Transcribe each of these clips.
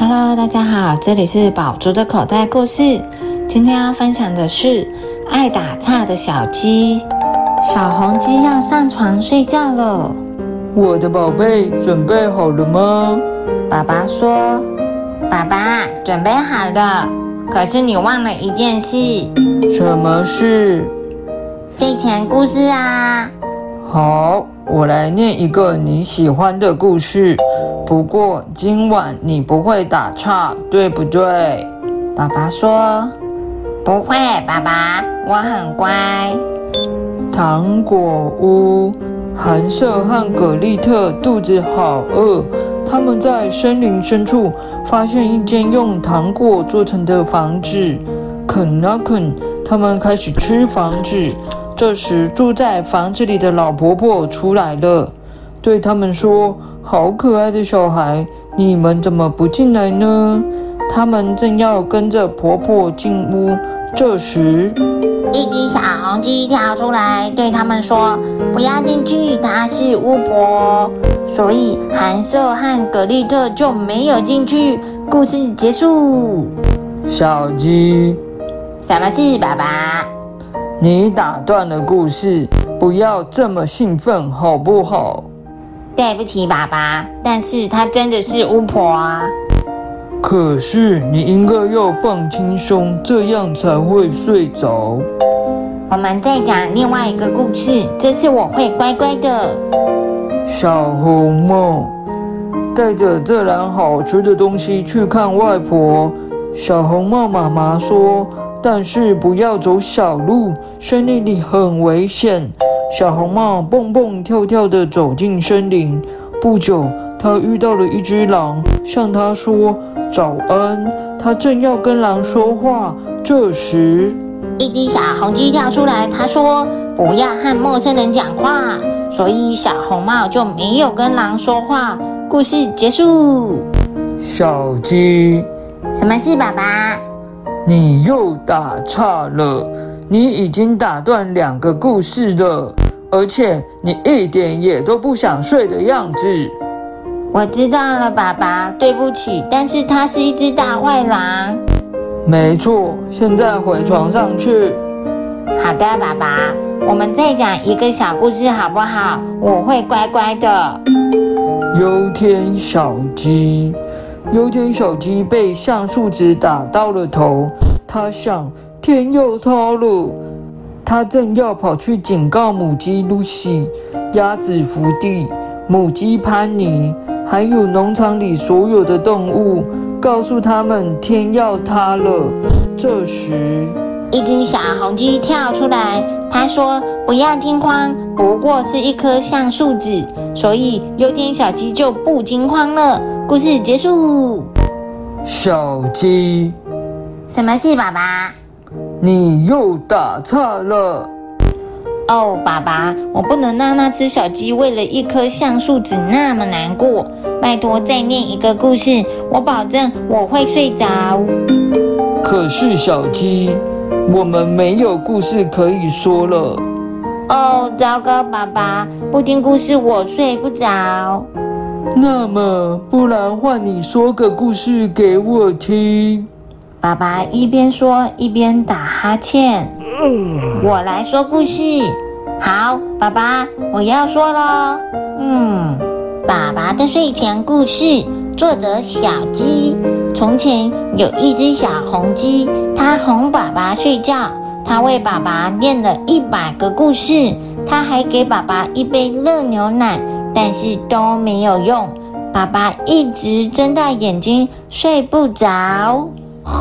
Hello， 大家好，这里是宝珠的口袋故事。今天要分享的是爱打岔的小鸡。小红鸡要上床睡觉了。 我的宝贝，准备好了吗？ 爸爸说：爸爸，准备好了。可是你忘了一件事。 什么事？ 睡前故事啊。 好，我来念一个你喜欢的故事。不过今晚你不会打岔，对不对？ 爸爸说：不会，爸爸，我很乖。 糖果屋，韩瑟和葛丽特肚子好饿，他们在森林深处发现一间用糖果做成的房子，啃啊啃，他们开始吃房子。这时住在房子里的老婆婆出来了，对他们说：好可爱的小孩，你们怎么不进来呢？他们正要跟着婆婆进屋，这时一只小红鸡跳出来对他们说：不要进去，她是巫婆。所以韩瑟和葛丽特就没有进去。故事结束。 小鸡， 什么事，爸爸？ 你打断了故事，不要这么兴奋好不好？ 对不起，爸爸，但是她真的是巫婆啊。 可是你应该要放轻松，这样才会睡着。 我们再讲另外一个故事，这次我会乖乖的。 小红帽带着这篮好吃的东西去看外婆。小红帽妈妈说，但是不要走小路，森林里很危险。小红帽蹦蹦跳跳地走进森林，不久他遇到了一只狼，向他说早安。他正要跟狼说话，这时一只小红鸡跳出来，他说：不要和陌生人讲话。所以小红帽就没有跟狼说话。故事结束。 小鸡， 什么事，爸爸？ 你又打岔了，你已经打断2个故事了，而且你一点也都不想睡的样子。 我知道了，爸爸，对不起，但是它是一只大坏狼。 没错，现在回床上去。 好的，爸爸，我们再讲一个小故事好不好？我会乖乖的。 忧天小鸡，忧天小鸡被橡树子打到了头，他想天要塌了。他正要跑去警告母鸡露西、鸭子福地、母鸡潘妮，还有农场里所有的动物，告诉他们天要塌了。这时一只小红鸡跳出来，他说：不要惊慌，不过是一颗橡树子。所以忧天小鸡就不惊慌了。故事结束。 小鸡， 什么事，爸爸？ 你又打岔了。 哦，爸爸，我不能让那只小鸡为了一颗橡树子那么难过。拜托，再念一个故事，我保证我会睡着。 可是小鸡，我们没有故事可以说了。 哦，糟糕，爸爸，不听故事我睡不着。 那么，不然换你说个故事给我听。 爸爸一边说一边打哈欠。我来说故事。好，爸爸，我要说咯。爸爸的睡前故事，作者小鸡。从前有一只小红鸡，它哄爸爸睡觉，它为爸爸念了100个故事，它还给爸爸一杯热牛奶，但是都没有用。爸爸一直睁大眼睛睡不着。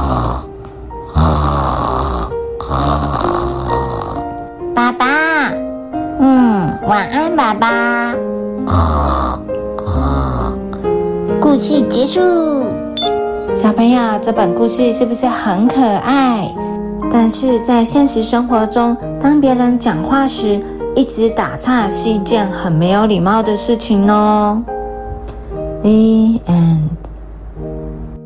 爸爸，晚安，爸爸。故事结束。小朋友，这本故事是不是很可爱？但是在现实生活中，当别人讲话时一直打岔是一件很没有礼貌的事情哦。The end.